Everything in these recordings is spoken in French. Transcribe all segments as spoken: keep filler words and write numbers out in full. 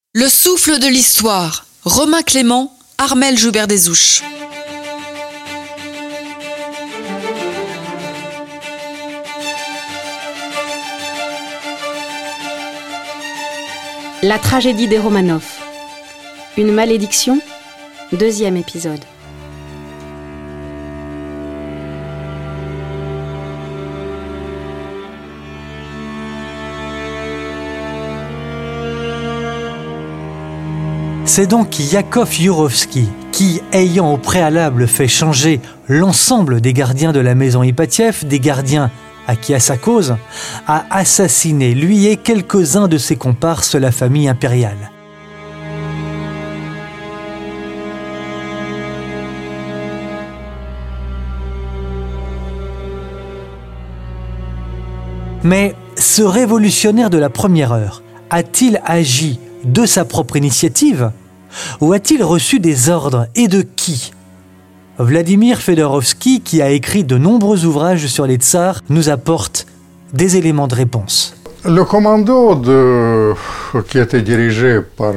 Le souffle de l'histoire. Romain Clément, Armelle Joubert-Desouches. La tragédie des Romanov. Une malédiction. Deuxième épisode. C'est donc Yakov Yurovsky qui, ayant au préalable fait changer l'ensemble des gardiens de la maison Ipatiev, des gardiens acquis à sa cause, a assassiné, lui et quelques-uns de ses comparses, la famille impériale. Mais ce révolutionnaire de la première heure a-t-il agi de sa propre initiative ou a-t-il reçu des ordres et de qui ? Vladimir Fedorovski, qui a écrit de nombreux ouvrages sur les tsars, nous apporte des éléments de réponse. Le commando de... qui était dirigé par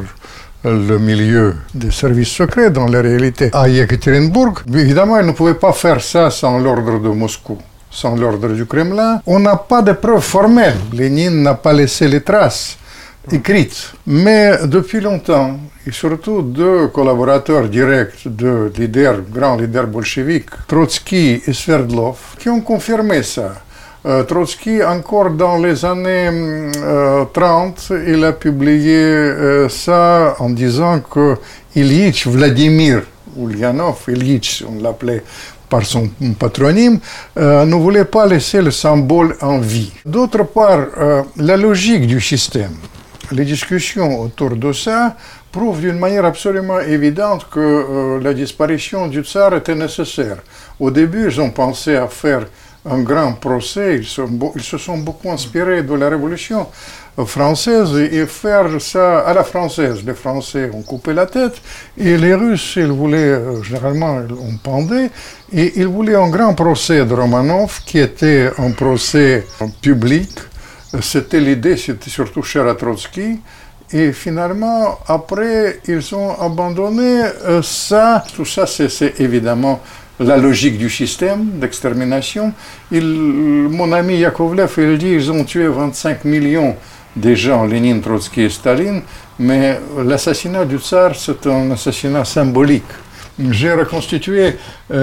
le milieu des services secrets dans la réalité à Yekaterinbourg, évidemment, il ne pouvait pas faire ça sans l'ordre de Moscou, sans l'ordre du Kremlin. On n'a pas de preuves formelles. Lénine n'a pas laissé les traces écrites. Mais depuis longtemps, et surtout deux collaborateurs directs de leaders, grands leaders bolcheviques, Trotsky et Sverdlov, qui ont confirmé ça. Euh, Trotsky, encore dans les années euh, trente, il a publié euh, ça en disant que Ilyich Vladimir Ulyanov, Ilyich, on l'appelait par son patronyme, euh, ne voulait pas laisser le symbole en vie. D'autre part, euh, la logique du système, les discussions autour de ça prouvent d'une manière absolument évidente que euh, la disparition du tsar était nécessaire. Au début, ils ont pensé à faire un grand procès, ils, sont, ils se sont beaucoup inspirés de la Révolution française et faire ça à la française. Les Français ont coupé la tête et les Russes, ils voulaient, euh, généralement, on pendait, et ils voulaient un grand procès de Romanov qui était un procès public. C'était l'idée, c'était surtout cher à Trotsky. Et finalement, après, ils ont abandonné euh, ça. Tout ça, c'est, c'est évidemment la logique du système d'extermination. Il, mon ami Yakovlev, il dit qu'ils ont tué vingt-cinq millions de gens, Lénine, Trotsky et Staline, mais l'assassinat du tsar, c'est un assassinat symbolique. J'ai reconstitué,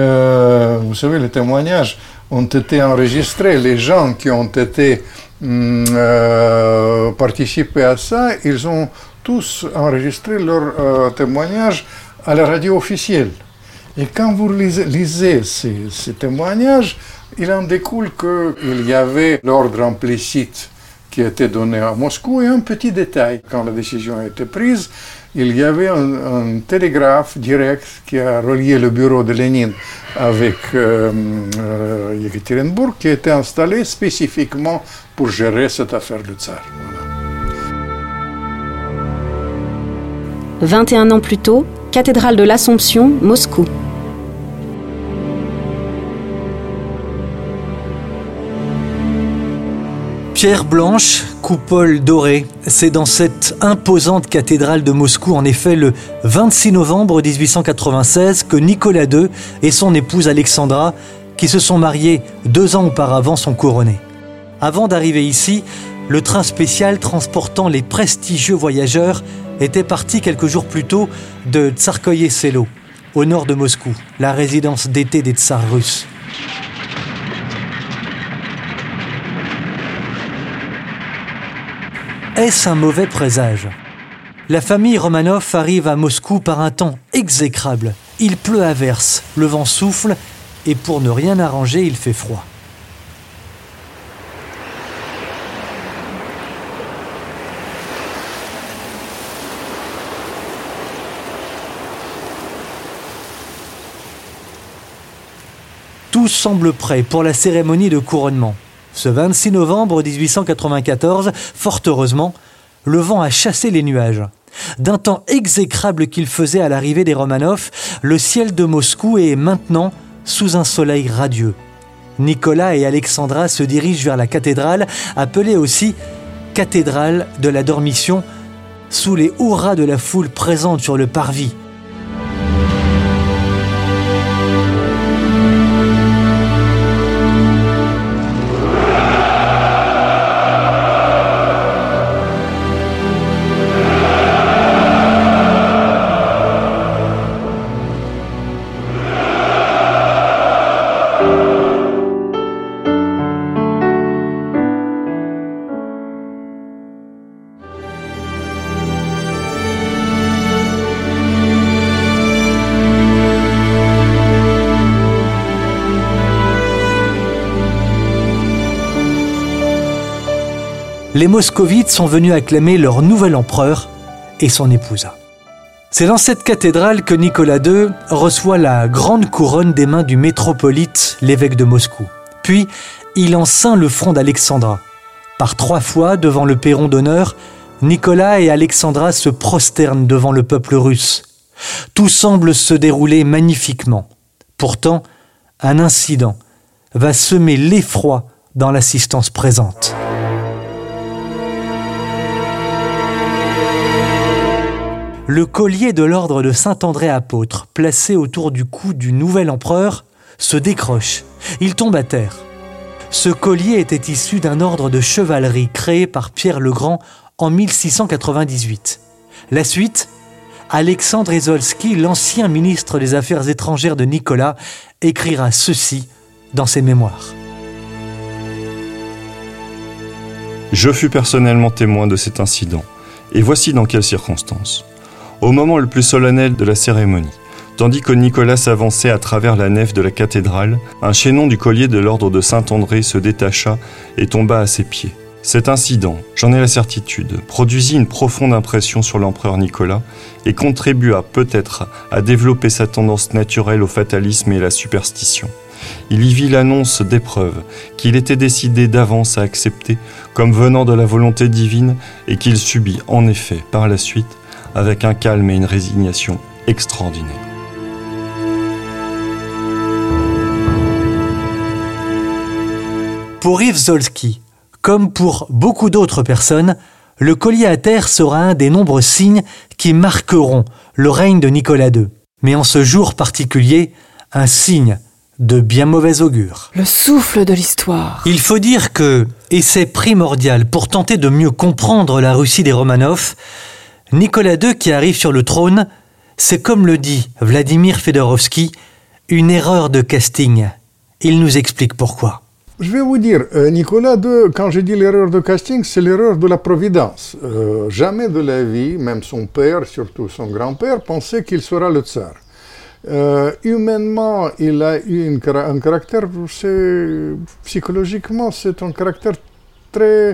euh, vous savez, les témoignages ont été enregistrés. Les gens qui ont été euh, participés à ça, ils ont tous enregistré leurs euh, témoignages à la radio officielle. Et quand vous lisez, lisez ces, ces témoignages, il en découle qu'il y avait l'ordre implicite qui était donné à Moscou et un petit détail. Quand la décision a été prise, il y avait un, un télégraphe direct qui a relié le bureau de Lénine avec euh, euh, Yekaterinbourg, qui a été installé spécifiquement pour gérer cette affaire du tsar. vingt et un ans plus tôt, cathédrale de l'Assomption, Moscou. Pierre blanche, coupole dorée, c'est dans cette imposante cathédrale de Moscou, en effet, le vingt-six novembre dix-huit cent quatre-vingt-seize, que Nicolas deux et son épouse Alexandra, qui se sont mariés deux ans auparavant, sont couronnés. Avant d'arriver ici, le train spécial transportant les prestigieux voyageurs était parti quelques jours plus tôt de Tsarskoye Selo, au nord de Moscou, la résidence d'été des tsars russes. Est-ce un mauvais présage ? La famille Romanov arrive à Moscou par un temps exécrable. Il pleut à verse, le vent souffle et pour ne rien arranger, il fait froid. Tout semble prêt pour la cérémonie de couronnement. Ce vingt-six novembre dix-huit cent quatre-vingt-quatorze, fort heureusement, le vent a chassé les nuages. D'un temps exécrable qu'il faisait à l'arrivée des Romanov, le ciel de Moscou est maintenant sous un soleil radieux. Nicolas et Alexandra se dirigent vers la cathédrale, appelée aussi cathédrale de la Dormition, sous les hurrahs de la foule présente sur le parvis. Les moscovites sont venus acclamer leur nouvel empereur et son épousa. C'est dans cette cathédrale que Nicolas deux reçoit la grande couronne des mains du métropolite, l'évêque de Moscou. Puis, il en ceint le front d'Alexandra. Par trois fois, devant le perron d'honneur, Nicolas et Alexandra se prosternent devant le peuple russe. Tout semble se dérouler magnifiquement. Pourtant, un incident va semer l'effroi dans l'assistance présente. Le collier de l'ordre de Saint-André apôtre, placé autour du cou du nouvel empereur, se décroche. Il tombe à terre. Ce collier était issu d'un ordre de chevalerie créé par Pierre le Grand en mille six cent quatre-vingt-dix-huit. La suite, Alexandre Izolski, l'ancien ministre des Affaires étrangères de Nicolas, écrira ceci dans ses mémoires. Je fus personnellement témoin de cet incident, et voici dans quelles circonstances. Au moment le plus solennel de la cérémonie, tandis que Nicolas s'avançait à travers la nef de la cathédrale, un chaînon du collier de l'ordre de Saint-André se détacha et tomba à ses pieds. Cet incident, j'en ai la certitude, produisit une profonde impression sur l'empereur Nicolas et contribua peut-être à développer sa tendance naturelle au fatalisme et à la superstition. Il y vit l'annonce d'épreuves qu'il était décidé d'avance à accepter comme venant de la volonté divine et qu'il subit en effet par la suite avec un calme et une résignation extraordinaires. Pour Yves Zolski, comme pour beaucoup d'autres personnes, le collier à terre sera un des nombreux signes qui marqueront le règne de Nicolas deux. Mais en ce jour particulier, un signe de bien mauvais augure. Le souffle de l'histoire. Il faut dire que, et c'est primordial pour tenter de mieux comprendre la Russie des Romanov, Nicolas deux qui arrive sur le trône, c'est comme le dit Vladimir Fedorovski, une erreur de casting. Il nous explique pourquoi. Je vais vous dire, Nicolas deux, quand je dis l'erreur de casting, c'est l'erreur de la providence. Euh, jamais de la vie, même son père, surtout son grand-père, pensait qu'il sera le tsar. Euh, humainement, il a eu une, un caractère, c'est, psychologiquement, c'est un caractère très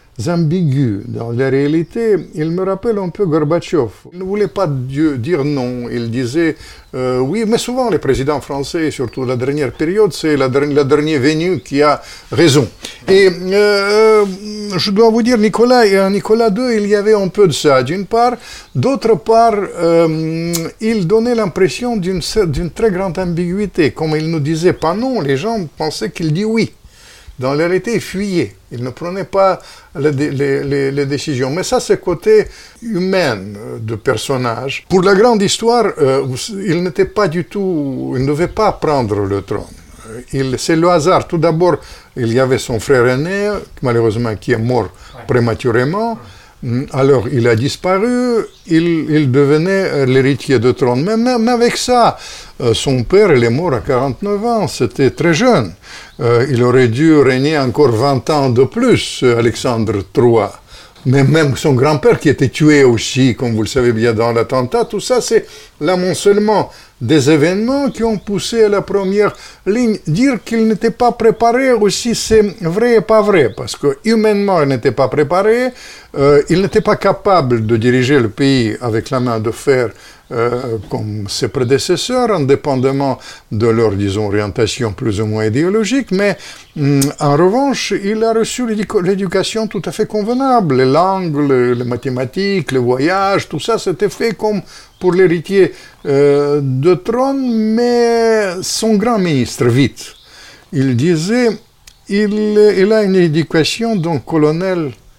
ambigu. Dans la réalité, il me rappelle un peu Gorbatchev. Il ne voulait pas Dieu, dire non. Il disait euh, oui, mais souvent les présidents français, surtout la dernière période, c'est la, la dernière venue qui a raison. Et euh, je dois vous dire, Nicolas et Nicolas deux, il y avait un peu de ça, d'une part. D'autre part, euh, il donnait l'impression d'une, d'une très grande ambiguïté. Comme il ne disait pas non, les gens pensaient qu'il dit oui. Dans la réalité, il fuyait. Il ne prenait pas les, les, les, les décisions. Mais ça, c'est le côté humain de personnage. Pour la grande histoire, euh, il n'était pas du tout... Il ne devait pas prendre le trône. Il, c'est le hasard. Tout d'abord, il y avait son frère aîné, malheureusement, qui est mort prématurément. Alors, il a disparu, il, il devenait l'héritier de trône. Mais même avec ça, son père, il est mort à quarante-neuf ans, c'était très jeune. Euh, il aurait dû régner encore vingt ans de plus, Alexandre trois. Mais même son grand-père qui était tué aussi, comme vous le savez bien, dans l'attentat, tout ça, c'est l'amoncellement des événements qui ont poussé à la première ligne. Dire qu'il n'était pas préparé aussi, c'est vrai et pas vrai, parce que humainement, il n'était pas préparé, euh, il n'était pas capable de diriger le pays avec la main de fer euh, comme ses prédécesseurs, indépendamment de leur, disons, orientation plus ou moins idéologique, mais hum, en revanche, il a reçu l'éducation tout à fait convenable, les langues, les, les mathématiques, les voyages, tout ça, c'était fait comme pour l'héritier euh, de trône, mais son grand ministre, vite, il disait, il, il a une éducation d'un colonel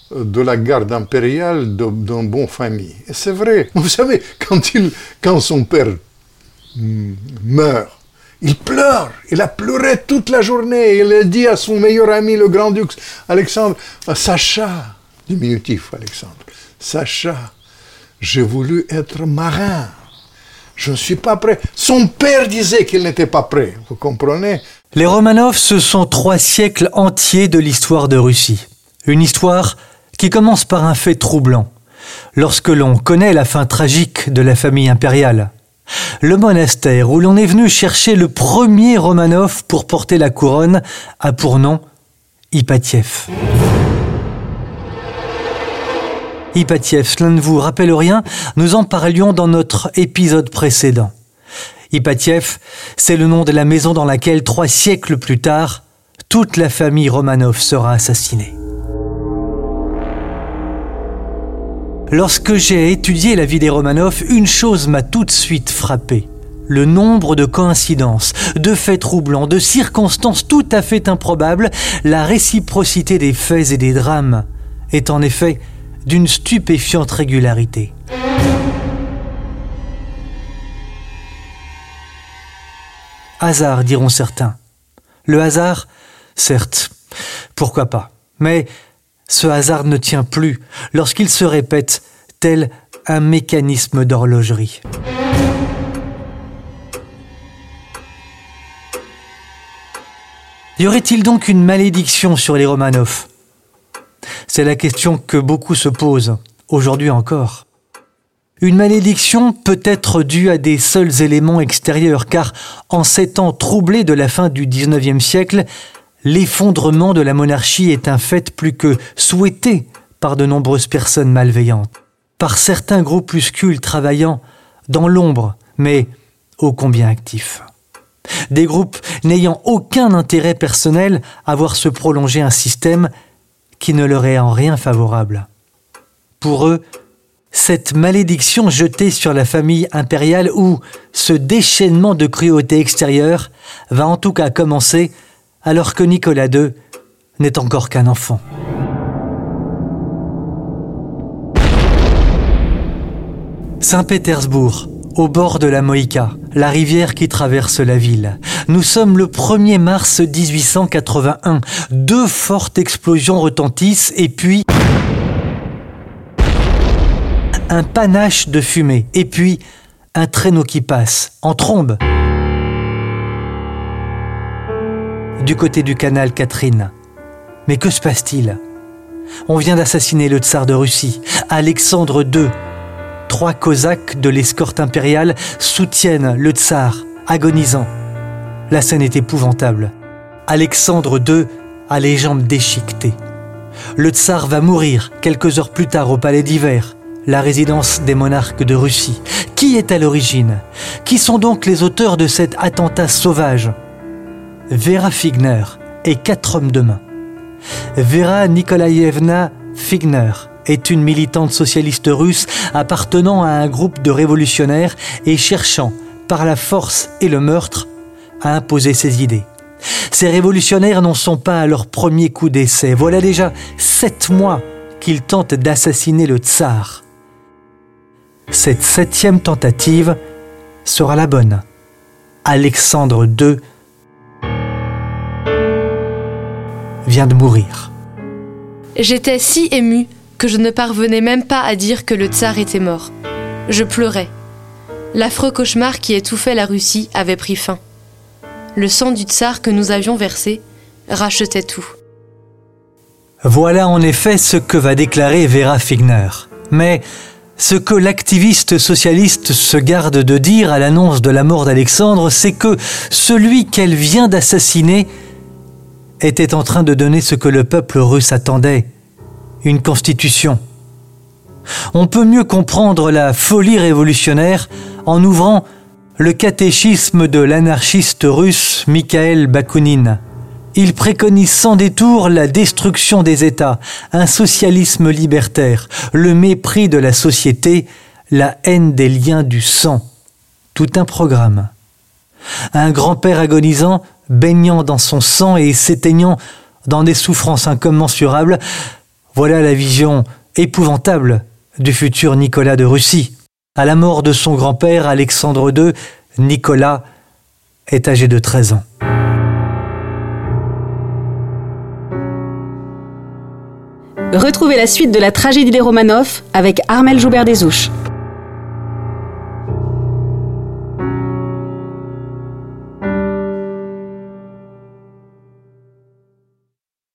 de la garde impériale de, d'un bon famille. Et c'est vrai. Vous savez, quand, il, quand son père meurt, il pleure. Il a pleuré toute la journée. Il a dit à son meilleur ami, le grand-duc Alexandre, Sacha, diminutif Alexandre, Sacha, j'ai voulu être marin. Je ne suis pas prêt. Son père disait qu'il n'était pas prêt. Vous comprenez? Les Romanov, ce sont trois siècles entiers de l'histoire de Russie. Une histoire qui commence par un fait troublant. Lorsque l'on connaît la fin tragique de la famille impériale, le monastère où l'on est venu chercher le premier Romanov pour porter la couronne a pour nom Ipatiev. Ipatiev, cela ne vous rappelle rien? Nous en parlions dans notre épisode précédent. Ipatiev, c'est le nom de la maison dans laquelle, trois siècles plus tard, toute la famille Romanov sera assassinée. Lorsque j'ai étudié la vie des Romanov, une chose m'a tout de suite frappé. Le nombre de coïncidences, de faits troublants, de circonstances tout à fait improbables, la réciprocité des faits et des drames est en effet d'une stupéfiante régularité. Hasard, diront certains. Le hasard, certes, pourquoi pas. Mais ce hasard ne tient plus lorsqu'il se répète tel un mécanisme d'horlogerie. Y aurait-il donc une malédiction sur les Romanov? C'est la question que beaucoup se posent, aujourd'hui encore. Une malédiction peut être due à des seuls éléments extérieurs, car en ces temps troublés de la fin du dix-neuvième siècle, l'effondrement de la monarchie est un fait plus que souhaité par de nombreuses personnes malveillantes, par certains groupuscules travaillant dans l'ombre, mais ô combien actifs. Des groupes n'ayant aucun intérêt personnel à voir se prolonger un système qui ne leur est en rien favorable. Pour eux, cette malédiction jetée sur la famille impériale ou ce déchaînement de cruauté extérieure va en tout cas commencer alors que Nicolas deux n'est encore qu'un enfant. Saint-Pétersbourg, au bord de la Moïka, la rivière qui traverse la ville. Nous sommes le premier mars dix-huit cent quatre-vingt-un. Deux fortes explosions retentissent et puis un panache de fumée et puis un traîneau qui passe en trombe. Du côté du canal Catherine. Mais que se passe-t-il? On vient d'assassiner le tsar de Russie, Alexandre deux. Trois cosaques de l'escorte impériale soutiennent le tsar, agonisant. La scène est épouvantable. Alexandre deux a les jambes déchiquetées. Le tsar va mourir quelques heures plus tard au palais d'hiver, la résidence des monarques de Russie. Qui est à l'origine? Qui sont donc les auteurs de cet attentat sauvage? Vera Figner et quatre hommes de main. Vera Nikolaïevna Figner est une militante socialiste russe appartenant à un groupe de révolutionnaires et cherchant, par la force et le meurtre, à imposer ses idées. Ces révolutionnaires n'en sont pas à leur premier coup d'essai. Voilà déjà sept mois qu'ils tentent d'assassiner le tsar. Cette septième tentative sera la bonne. Alexandre deux vient de mourir. J'étais si émue que je ne parvenais même pas à dire que le tsar était mort. Je pleurais. L'affreux cauchemar qui étouffait la Russie avait pris fin. Le sang du tsar que nous avions versé rachetait tout. Voilà en effet ce que va déclarer Vera Figner. Mais ce que l'activiste socialiste se garde de dire à l'annonce de la mort d'Alexandre, c'est que celui qu'elle vient d'assassiner était en train de donner ce que le peuple russe attendait, une constitution. On peut mieux comprendre la folie révolutionnaire en ouvrant le catéchisme de l'anarchiste russe Mikhail Bakounine. Il préconise sans détour la destruction des États, un socialisme libertaire, le mépris de la société, la haine des liens du sang. Tout un programme. Un grand-père agonisant, baignant dans son sang et s'éteignant dans des souffrances incommensurables. Voilà la vision épouvantable du futur Nicolas de Russie. À la mort de son grand-père Alexandre deux, Nicolas est âgé de treize ans. Retrouvez la suite de la tragédie des Romanov avec Armelle Joubert-Desouches.